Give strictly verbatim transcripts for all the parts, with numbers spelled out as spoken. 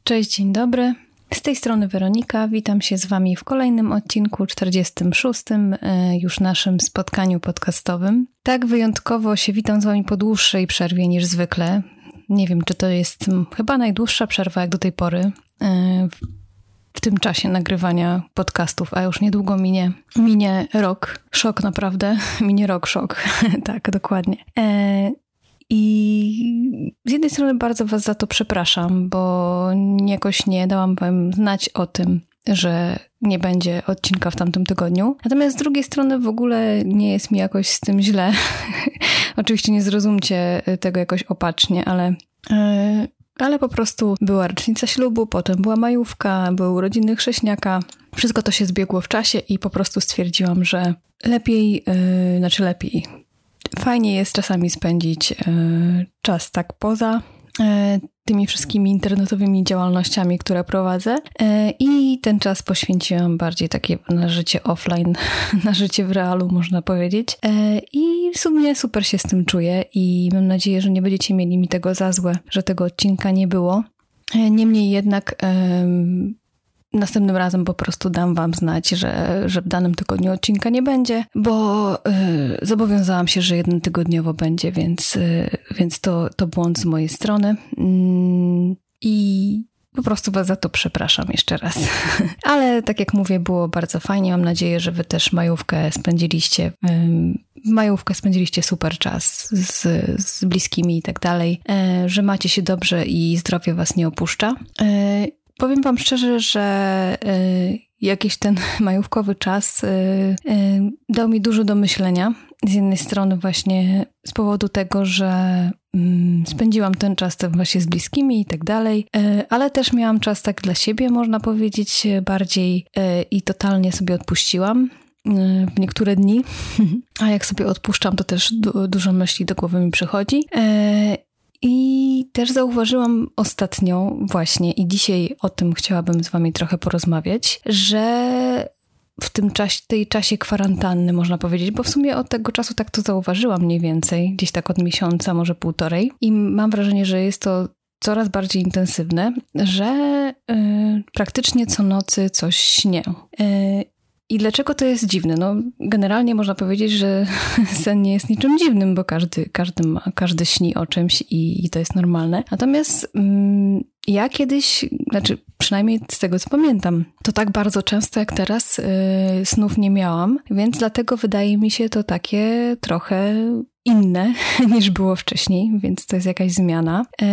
Cześć, dzień dobry. Z tej strony Weronika. Witam się z Wami w kolejnym odcinku, czterdziestym szóstym, już naszym spotkaniu podcastowym. Tak wyjątkowo się witam z Wami po dłuższej przerwie niż zwykle. Nie wiem, czy to jest chyba najdłuższa przerwa jak do tej pory w tym czasie nagrywania podcastów, a już niedługo minie, minie rok. Szok naprawdę. Minie rok, szok. Tak, dokładnie. I z jednej strony bardzo Was za to przepraszam, bo jakoś nie dałam Wam znać o tym, że nie będzie odcinka w tamtym tygodniu. Natomiast z drugiej strony w ogóle nie jest mi jakoś z tym źle. Oczywiście nie zrozumcie tego jakoś opacznie, ale... Yy, ale po prostu była rocznica ślubu, potem była majówka, były urodziny chrześniaka. Wszystko to się zbiegło w czasie i po prostu stwierdziłam, że lepiej, yy, znaczy lepiej... Fajnie jest czasami spędzić y, czas tak poza y, tymi wszystkimi internetowymi działalnościami, które prowadzę. Y, I ten czas poświęciłam bardziej takie na życie offline, na życie w realu, można powiedzieć. Y, I w sumie super się z tym czuję i mam nadzieję, że nie będziecie mieli mi tego za złe, że tego odcinka nie było. Y, niemniej jednak... Y, Następnym razem po prostu dam Wam znać, że, że w danym tygodniu odcinka nie będzie, bo y, zobowiązałam się, że jeden tygodniowo będzie, więc, y, więc to, to błąd z mojej strony. Y, I po prostu Was za to przepraszam jeszcze raz. Ale tak jak mówię, było bardzo fajnie. Mam nadzieję, że Wy też majówkę spędziliście, y, majówkę spędziliście super czas z, z bliskimi i tak dalej, y, że macie się dobrze i zdrowie Was nie opuszcza. Y, Powiem Wam szczerze, że y, jakiś ten majówkowy czas y, y, dał mi dużo do myślenia. Z jednej strony właśnie z powodu tego, że y, spędziłam ten czas właśnie z bliskimi i tak dalej, y, ale też miałam czas tak dla siebie, można powiedzieć, bardziej y, i totalnie sobie odpuściłam y, w niektóre dni. A jak sobie odpuszczam, to też du- dużo myśli do głowy mi przychodzi. Y, I też zauważyłam ostatnio właśnie i dzisiaj o tym chciałabym z Wami trochę porozmawiać, że w tym czasie, tej czasie kwarantanny można powiedzieć, bo w sumie od tego czasu tak to zauważyłam mniej więcej, gdzieś tak od miesiąca, może półtorej i mam wrażenie, że jest to coraz bardziej intensywne, że yy, praktycznie co nocy coś śnię. Yy, I dlaczego to jest dziwne? No, generalnie można powiedzieć, że sen nie jest niczym dziwnym, bo każdy, każdy, ma, każdy śni o czymś i, i to jest normalne. Natomiast mm, ja kiedyś, znaczy przynajmniej z tego co pamiętam, to tak bardzo często jak teraz yy, snów nie miałam, więc dlatego wydaje mi się to takie trochę inne niż było wcześniej, więc to jest jakaś zmiana. Yy,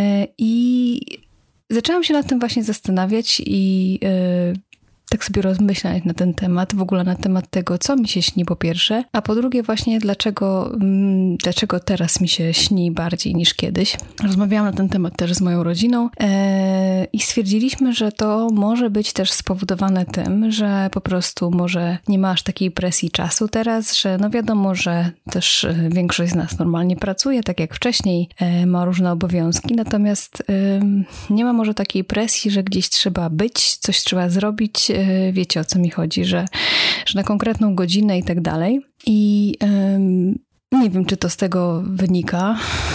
I zaczęłam się nad tym właśnie zastanawiać i... Yy, tak sobie rozmyślać na ten temat, w ogóle na temat tego, co mi się śni po pierwsze, a po drugie właśnie dlaczego, dlaczego teraz mi się śni bardziej niż kiedyś. Rozmawiałam na ten temat też z moją rodziną e, i stwierdziliśmy, że to może być też spowodowane tym, że po prostu może nie ma aż takiej presji czasu teraz, że no wiadomo, że też większość z nas normalnie pracuje, tak jak wcześniej, e, ma różne obowiązki, natomiast e, nie ma może takiej presji, że gdzieś trzeba być, coś trzeba zrobić. Wiecie, o co mi chodzi, że, że na konkretną godzinę i tak dalej. I um, nie wiem, czy to z tego wynika,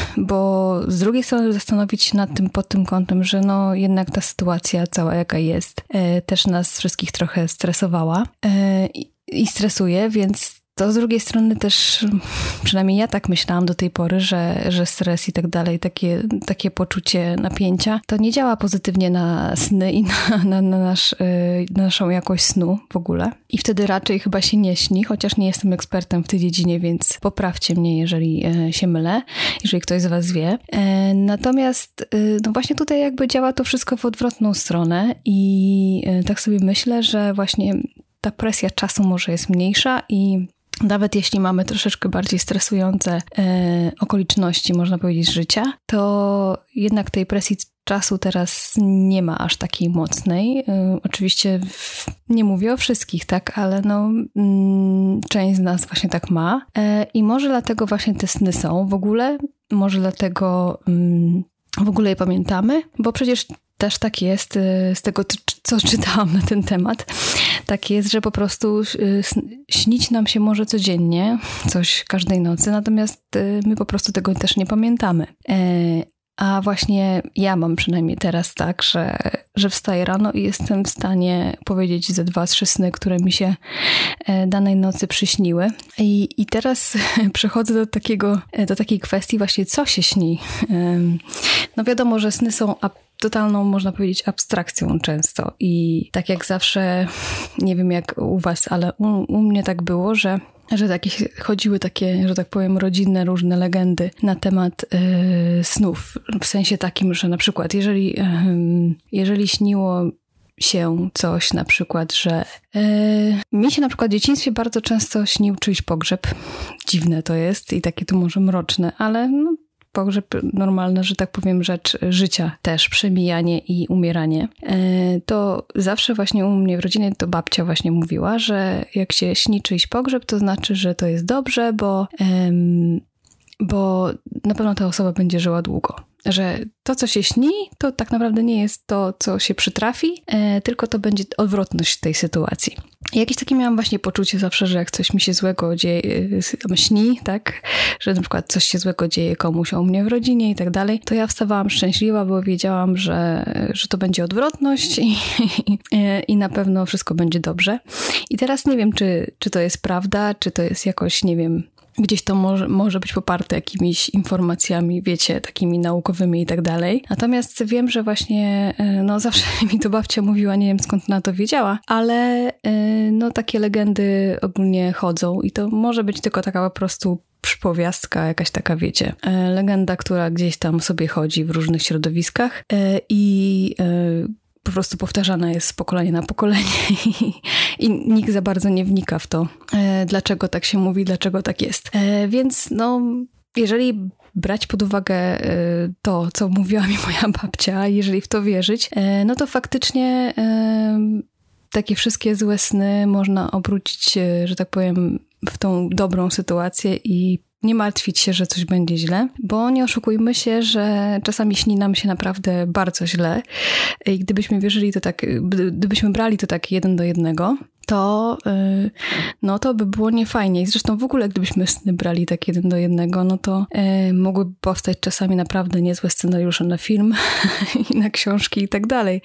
bo z drugiej strony zastanowić się nad tym pod tym kątem, że no jednak ta sytuacja cała jaka jest, e, też nas wszystkich trochę stresowała e, i, i stresuje, więc to z drugiej strony też, przynajmniej ja tak myślałam do tej pory, że, że stres i tak dalej, takie, takie poczucie napięcia, to nie działa pozytywnie na sny i na, na, na, nasz, na naszą jakość snu w ogóle. I wtedy raczej chyba się nie śni, chociaż nie jestem ekspertem w tej dziedzinie, więc poprawcie mnie, jeżeli się mylę, jeżeli ktoś z Was wie. Natomiast no właśnie tutaj jakby działa to wszystko w odwrotną stronę i tak sobie myślę, że właśnie ta presja czasu może jest mniejsza i nawet jeśli mamy troszeczkę bardziej stresujące e, okoliczności, można powiedzieć, życia, to jednak tej presji czasu teraz nie ma aż takiej mocnej. E, oczywiście w, nie mówię o wszystkich, tak, ale no mm, część z nas właśnie tak ma. E, I może dlatego właśnie te sny są w ogóle, może dlatego mm, w ogóle je pamiętamy, bo przecież też tak jest, z tego co czytałam na ten temat, tak jest, że po prostu śnić nam się może codziennie, coś każdej nocy, natomiast my po prostu tego też nie pamiętamy. A właśnie ja mam przynajmniej teraz tak, że, że wstaję rano i jestem w stanie powiedzieć ze dwa, trzy sny, które mi się danej nocy przyśniły. I, i teraz przechodzę do takiego, do takiej kwestii właśnie, co się śni. No wiadomo, że sny są totalną, można powiedzieć, abstrakcją często. I tak jak zawsze, nie wiem jak u was, ale u, u mnie tak było, że że takie, chodziły takie, że tak powiem, rodzinne różne legendy na temat yy, snów. W sensie takim, że na przykład jeżeli, yy, jeżeli śniło się coś, na przykład, że yy, mi się na przykład w dzieciństwie bardzo często śnił czyjś pogrzeb. Dziwne to jest i takie to może mroczne, ale no, pogrzeb normalna, że tak powiem, rzecz życia też, przemijanie i umieranie. To zawsze właśnie u mnie w rodzinie to babcia właśnie mówiła, że jak się śni czyjś pogrzeb, to znaczy, że to jest dobrze, bo, bo na pewno ta osoba będzie żyła długo. Że to, co się śni, to tak naprawdę nie jest to, co się przytrafi, tylko to będzie odwrotność tej sytuacji. I jakieś takie miałam właśnie poczucie zawsze, że jak coś mi się złego dzieje, śni, tak, że na przykład coś się złego dzieje komuś u mnie w rodzinie i tak dalej, to ja wstawałam szczęśliwa, bo wiedziałam, że, że to będzie odwrotność i, i, i na pewno wszystko będzie dobrze. I teraz nie wiem, czy, czy to jest prawda, czy to jest jakoś, nie wiem, gdzieś to może, może być poparte jakimiś informacjami, wiecie, takimi naukowymi i tak dalej. Natomiast wiem, że właśnie, no zawsze mi to babcia mówiła, nie wiem skąd na to wiedziała, ale no takie legendy ogólnie chodzą i to może być tylko taka po prostu przypowiastka, jakaś taka, wiecie, legenda, która gdzieś tam sobie chodzi w różnych środowiskach i po prostu powtarzana jest z pokolenia na pokolenie i, i nikt za bardzo nie wnika w to, e, dlaczego tak się mówi, dlaczego tak jest. E, więc no, jeżeli brać pod uwagę e, to, co mówiła mi moja babcia, jeżeli w to wierzyć, e, no to faktycznie e, takie wszystkie złe sny można obrócić, e, że tak powiem, w tą dobrą sytuację i nie martwić się, że coś będzie źle, bo nie oszukujmy się, że czasami śni nam się naprawdę bardzo źle i gdybyśmy wierzyli to tak, gdybyśmy brali to tak jeden do jednego, to, yy, no to by było niefajnie. I zresztą w ogóle gdybyśmy sny brali tak jeden do jednego, no to yy, mogłyby powstać czasami naprawdę niezłe scenariusze na film i na książki i tak dalej.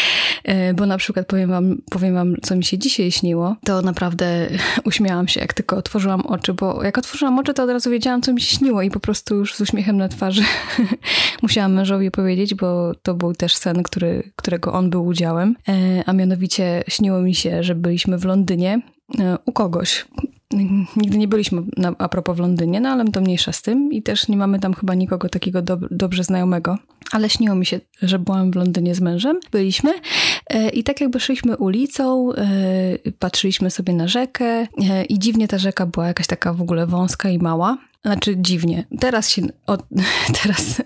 Yy, bo na przykład powiem wam, powiem wam, co mi się dzisiaj śniło, to naprawdę uśmiałam się, jak tylko otworzyłam oczy, bo jak otworzyłam oczy, to od razu wiedziałam, co mi się śniło i po prostu już z uśmiechem na twarzy musiałam mężowi powiedzieć, bo to był też sen, który, którego on był udziałem, yy, a mianowicie śniło mi się, że byliśmy w Londynie u kogoś. Nigdy nie byliśmy na, a propos w Londynie, no ale to mniejsza z tym i też nie mamy tam chyba nikogo takiego do, dobrze znajomego. Ale śniło mi się, że byłam w Londynie z mężem. Byliśmy e, i tak jakby szliśmy ulicą, e, patrzyliśmy sobie na rzekę e, i dziwnie ta rzeka była jakaś taka w ogóle wąska i mała. Znaczy dziwnie. Teraz się, o, teraz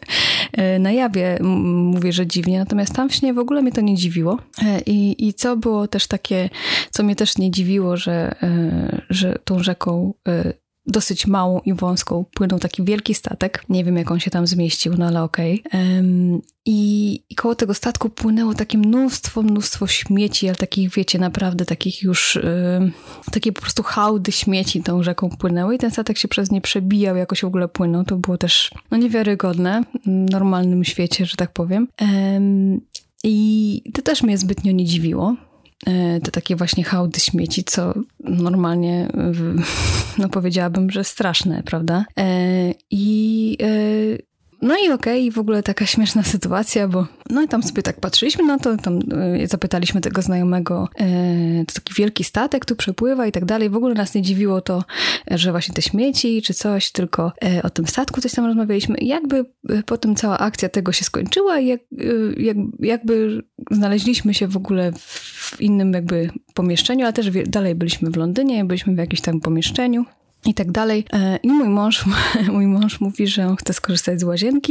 na jawie mówię, że dziwnie, natomiast tam w śnie w ogóle mnie to nie dziwiło. I, i co było też takie, co mnie też nie dziwiło, że, że tą rzeką dosyć małą i wąską płynął taki wielki statek. Nie wiem, jak on się tam zmieścił, no ale okej. Okay. Um, i, I koło tego statku płynęło takie mnóstwo, mnóstwo śmieci, ale takich, wiecie, naprawdę takich już, um, takie po prostu hałdy śmieci tą rzeką płynęły i ten statek się przez nie przebijał, jakoś w ogóle płynął. To było też, no niewiarygodne w normalnym świecie, że tak powiem. Um, I to też mnie zbytnio nie dziwiło. Te takie właśnie hałdy śmieci, co normalnie, no powiedziałabym, że straszne, prawda? I no i okej, okay, w ogóle taka śmieszna sytuacja, bo no i tam sobie tak patrzyliśmy na to, tam zapytaliśmy tego znajomego, to taki wielki statek tu przepływa i tak dalej. W ogóle nas nie dziwiło to, że właśnie te śmieci czy coś, tylko o tym statku coś tam rozmawialiśmy. I jakby potem cała akcja tego się skończyła i jak, jak, jakby znaleźliśmy się w ogóle w innym jakby pomieszczeniu, ale też dalej byliśmy w Londynie, byliśmy w jakimś tam pomieszczeniu. I tak dalej. I mój mąż, mój mąż mówi, że on chce skorzystać z łazienki.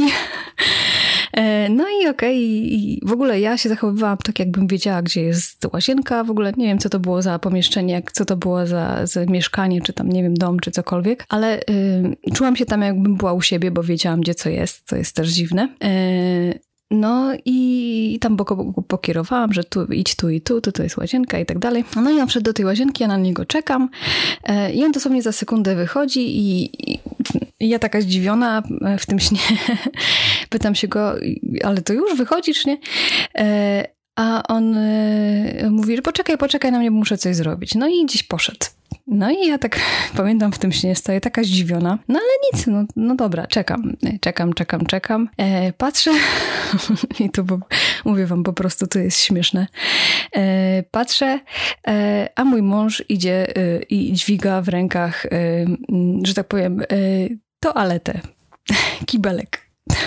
No i okej, okay. I w ogóle ja się zachowywałam tak, jakbym wiedziała, gdzie jest łazienka. W ogóle nie wiem, co to było za pomieszczenie, jak, co to było za, za mieszkanie, czy tam, nie wiem, dom, czy cokolwiek. Ale y, czułam się tam, jakbym była u siebie, bo wiedziałam, gdzie co jest. To jest też dziwne. Y, No i tam pokierowałam, że tu idź tu i tu, tu to jest łazienka i tak dalej. No i on wszedł do tej łazienki, ja na niego czekam i on dosłownie za sekundę wychodzi i, i ja taka zdziwiona w tym śnie pytam się go, ale to już wychodzisz, nie? A on mówi, że poczekaj, poczekaj na mnie, bo muszę coś zrobić. No i gdzieś poszedł. No i ja tak pamiętam w tym śnie, stoję taka zdziwiona. No ale nic, no, no dobra, czekam, czekam, czekam, czekam. E, patrzę i to bo, mówię wam, po prostu to jest śmieszne. E, patrzę, e, a mój mąż idzie e, i dźwiga w rękach, e, że tak powiem, e, toaletę, kibelek.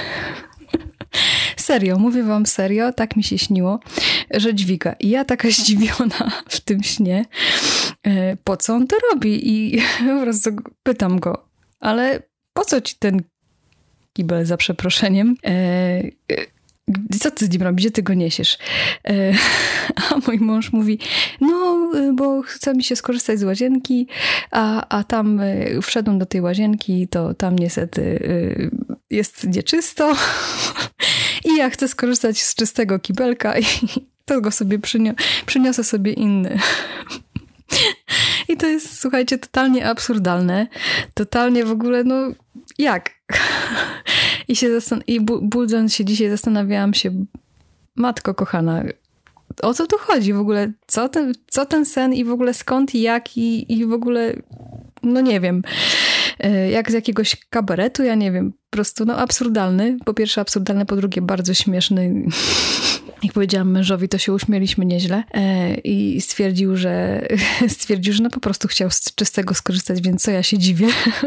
Serio, mówię wam serio, tak mi się śniło, że dźwiga. I ja taka zdziwiona w tym śnie, po co on to robi? I po prostu pytam go, ale po co ci ten kibel za przeproszeniem? Co ty z nim robisz? Gdzie ty go niesiesz? A mój mąż mówi, no, bo chce mi się skorzystać z łazienki, a, a tam wszedłem do tej łazienki, to tam niestety jest nieczysto i ja chcę skorzystać z czystego kibelka i to go sobie przynio- przyniosę sobie inny. I to jest, słuchajcie, totalnie absurdalne. Totalnie w ogóle, no jak? I się zastan- i bu- budząc się dzisiaj zastanawiałam się, matko kochana, o co tu chodzi w ogóle? Co ten, co ten sen i w ogóle skąd i jak i, i w ogóle, no nie wiem, jak z jakiegoś kabaretu, ja nie wiem, po prostu no absurdalny. Po pierwsze absurdalny, po drugie bardzo śmieszny. Jak powiedziałam mężowi, to się uśmieliśmy nieźle e, i stwierdził, że stwierdził, że no po prostu chciał z czystego skorzystać, więc co ja się dziwię.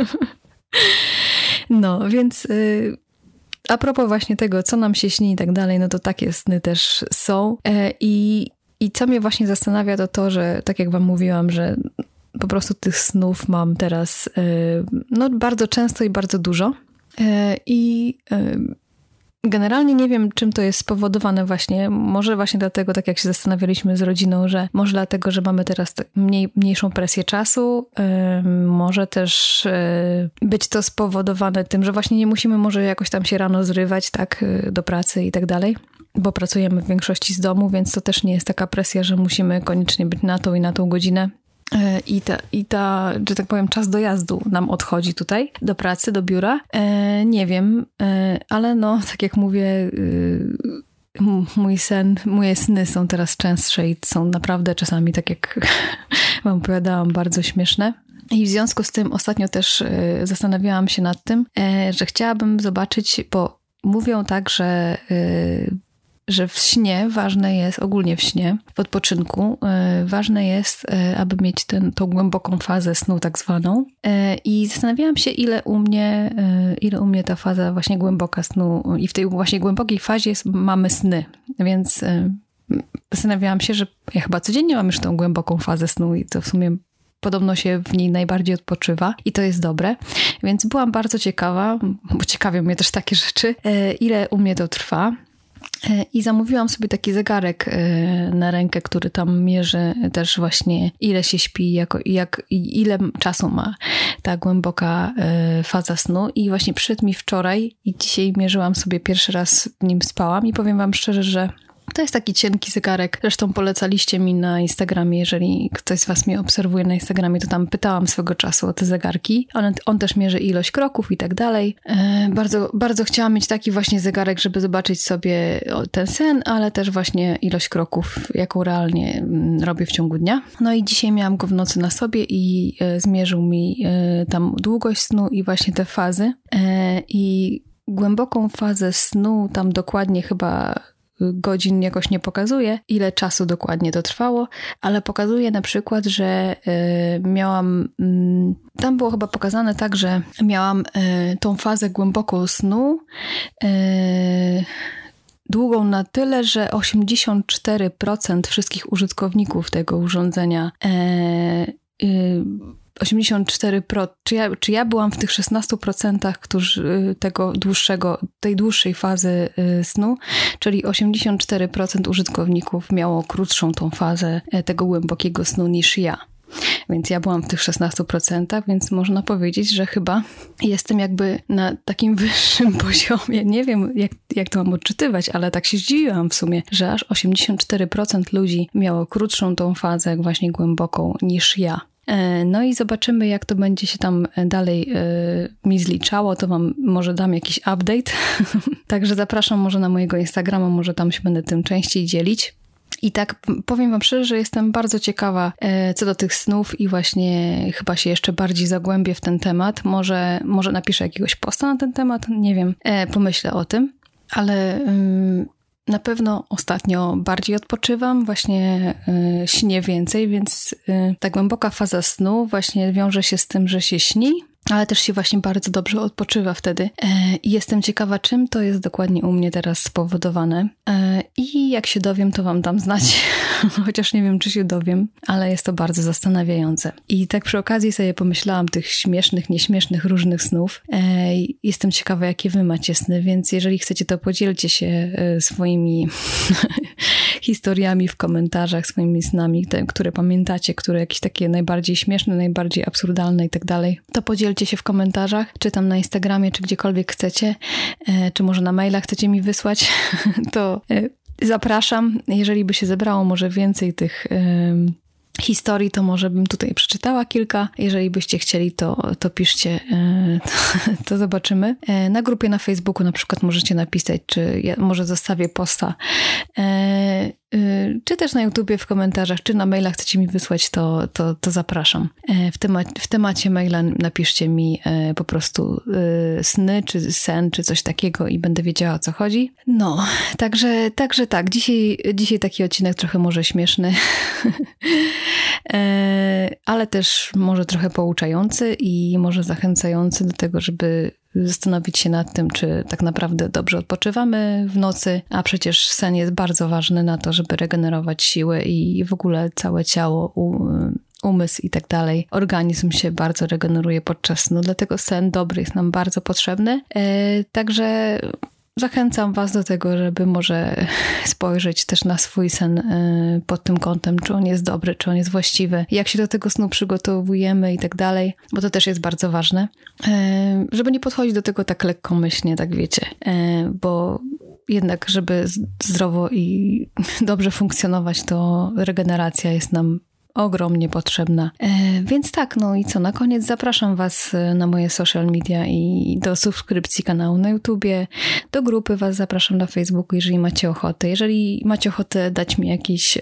No, więc y, a propos właśnie tego, co nam się śni i tak dalej, no to takie sny też są. E, i, I co mnie właśnie zastanawia, to to, że tak jak wam mówiłam, że po prostu tych snów mam teraz y, no bardzo często i bardzo dużo. E, I y, generalnie nie wiem, czym to jest spowodowane właśnie. Może właśnie dlatego, tak jak się zastanawialiśmy z rodziną, że może dlatego, że mamy teraz mniej, mniejszą presję czasu. Yy, może też yy, być to spowodowane tym, że właśnie nie musimy może jakoś tam się rano zrywać, tak, yy, do pracy i tak dalej. Bo pracujemy w większości z domu, więc to też nie jest taka presja, że musimy koniecznie być na tą i na tą godzinę. I ta, i ta, że tak powiem, czas dojazdu nam odchodzi tutaj do pracy, do biura. E, nie wiem, e, ale no, tak jak mówię, e, mój sen, moje sny są teraz częstsze i są naprawdę czasami, tak jak wam opowiadałam, bardzo śmieszne. I w związku z tym ostatnio też e, zastanawiałam się nad tym, e, że chciałabym zobaczyć, bo mówią tak, że e, że w śnie ważne jest, ogólnie w śnie, w odpoczynku, yy, ważne jest, yy, aby mieć ten, tą głęboką fazę snu tak zwaną. Yy, I zastanawiałam się, ile u mnie, yy, ile u mnie ta faza właśnie głęboka snu i w tej właśnie głębokiej fazie jest, mamy sny. Więc yy, zastanawiałam się, że ja chyba codziennie mam już tą głęboką fazę snu i to w sumie podobno się w niej najbardziej odpoczywa i to jest dobre. Więc byłam bardzo ciekawa, bo ciekawią mnie też takie rzeczy, yy, ile u mnie to trwa. I zamówiłam sobie taki zegarek na rękę, który tam mierzy też właśnie ile się śpi jako, jak, i ile czasu ma ta głęboka faza snu. I właśnie przyszedł mi wczoraj i dzisiaj mierzyłam sobie, pierwszy raz w nim spałam i powiem wam szczerze, że to jest taki cienki zegarek. Zresztą polecaliście mi na Instagramie, jeżeli ktoś z was mnie obserwuje na Instagramie, to tam pytałam swego czasu o te zegarki. On, on też mierzy ilość kroków i tak dalej. E, bardzo, bardzo chciałam mieć taki właśnie zegarek, żeby zobaczyć sobie ten sen, ale też właśnie ilość kroków, jaką realnie robię w ciągu dnia. No i dzisiaj miałam go w nocy na sobie i e, zmierzył mi e, tam długość snu i właśnie te fazy. E, I głęboką fazę snu tam dokładnie chyba godzin jakoś nie pokazuje, ile czasu dokładnie to trwało, ale pokazuje na przykład, że y, miałam, y, tam było chyba pokazane tak, że miałam y, tą fazę głęboką snu y, długą na tyle, że osiemdziesiąt cztery procent wszystkich użytkowników tego urządzenia y, y, osiemdziesiąt cztery procent, czy ja, czy ja byłam w tych szesnastu procentach, którzy tego dłuższego, tej dłuższej fazy snu, czyli osiemdziesiąt cztery procent użytkowników miało krótszą tą fazę tego głębokiego snu niż ja. więc ja byłam w tych szesnastu procentach, więc można powiedzieć, że chyba jestem jakby na takim wyższym poziomie. Nie wiem, jak, jak to mam odczytywać, ale tak się zdziwiłam w sumie, że aż osiemdziesiąt cztery procent ludzi miało krótszą tą fazę właśnie głęboką niż ja. No i zobaczymy, jak to będzie się tam dalej y, mi zliczało, to wam może dam jakiś update. Także zapraszam może na mojego Instagrama, może tam się będę tym częściej dzielić. I tak powiem wam szczerze, że jestem bardzo ciekawa e, co do tych snów i właśnie chyba się jeszcze bardziej zagłębię w ten temat. Może, może napiszę jakiegoś posta na ten temat, nie wiem, e, pomyślę o tym, ale... Ym, Na pewno ostatnio bardziej odpoczywam, właśnie y, śnię więcej, więc y, ta głęboka faza snu właśnie wiąże się z tym, że się śni, ale też się właśnie bardzo dobrze odpoczywa wtedy. I jestem ciekawa, czym to jest dokładnie u mnie teraz spowodowane. I jak się dowiem, to wam dam znać. Chociaż nie wiem, czy się dowiem, ale jest to bardzo zastanawiające. I tak przy okazji sobie pomyślałam tych śmiesznych, nieśmiesznych, różnych snów. Jestem ciekawa, jakie wy macie sny, więc jeżeli chcecie, to podzielcie się swoimi historiami w komentarzach, swoimi snami, te, które pamiętacie, które jakieś takie najbardziej śmieszne, najbardziej absurdalne i tak dalej. To podzielcie się w komentarzach, czy tam na Instagramie, czy gdziekolwiek chcecie, czy może na maila chcecie mi wysłać, to zapraszam. Jeżeli by się zebrało może więcej tych historii, to może bym tutaj przeczytała kilka. Jeżeli byście chcieli, to, to piszcie, to, to zobaczymy. Na grupie na Facebooku na przykład możecie napisać, czy ja może zostawię posta, czy też na YouTubie w komentarzach, czy na mailach chcecie mi wysłać, to, to, to zapraszam. W, tema- w temacie maila napiszcie mi po prostu sny, czy sen, czy coś takiego i będę wiedziała, o co chodzi. No, także, także tak, dzisiaj, dzisiaj taki odcinek trochę może śmieszny, ale też może trochę pouczający i może zachęcający do tego, żeby zastanowić się nad tym, czy tak naprawdę dobrze odpoczywamy w nocy, a przecież sen jest bardzo ważny na to, żeby regenerować siłę i w ogóle całe ciało, umysł i tak dalej. Organizm się bardzo regeneruje podczas snu, dlatego sen dobry jest nam bardzo potrzebny. Także zachęcam was do tego, żeby może spojrzeć też na swój sen pod tym kątem, czy on jest dobry, czy on jest właściwy, jak się do tego snu przygotowujemy i tak dalej, bo to też jest bardzo ważne, żeby nie podchodzić do tego tak lekkomyślnie, tak wiecie, bo jednak, żeby zdrowo i dobrze funkcjonować, to regeneracja jest nam ogromnie potrzebna. E, więc tak, no i co, na koniec zapraszam was na moje social media i do subskrypcji kanału na YouTubie, do grupy was zapraszam na Facebooku, jeżeli macie ochotę. Jeżeli macie ochotę dać mi jakieś e,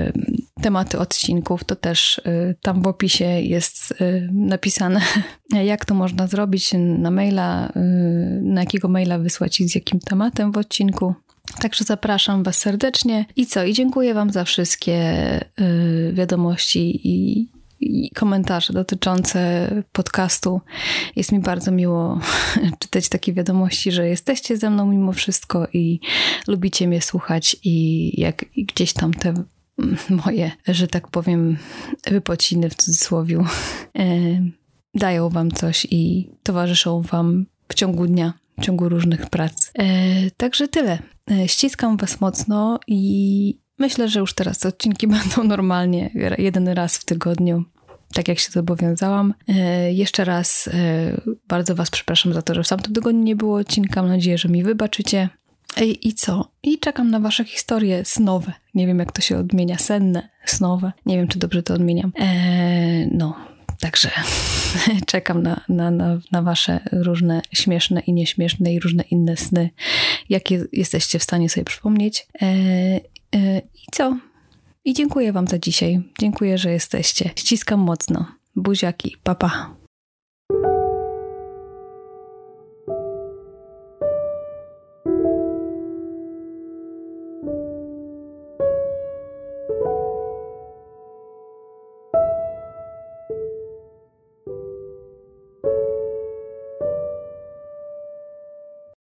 tematy odcinków, to też e, tam w opisie jest e, napisane, jak to można zrobić na maila, e, na jakiego maila wysłać i z jakim tematem w odcinku. Także zapraszam was serdecznie i co? I dziękuję wam za wszystkie y, wiadomości i, i komentarze dotyczące podcastu. Jest mi bardzo miło czytać takie wiadomości, że jesteście ze mną mimo wszystko i lubicie mnie słuchać i jak i gdzieś tam te moje, że tak powiem, wypociny w cudzysłowie y, dają wam coś i towarzyszą wam w ciągu dnia. W ciągu różnych prac. E, także tyle. E, ściskam was mocno i myślę, że już teraz te odcinki będą normalnie jeden raz w tygodniu, tak jak się zobowiązałam. E, jeszcze raz e, bardzo was przepraszam za to, że w tamtym tygodniu nie było odcinka. Mam nadzieję, że mi wybaczycie. E, I co? I czekam na wasze historie snowe. Nie wiem, jak to się odmienia. Senne, snowe. Nie wiem, czy dobrze to odmieniam. E, no... Także czekam na, na, na, na wasze różne śmieszne i nieśmieszne i różne inne sny, jakie jesteście w stanie sobie przypomnieć. E, e, I co? I dziękuję wam za dzisiaj. Dziękuję, że jesteście. Ściskam mocno. Buziaki. Pa, pa.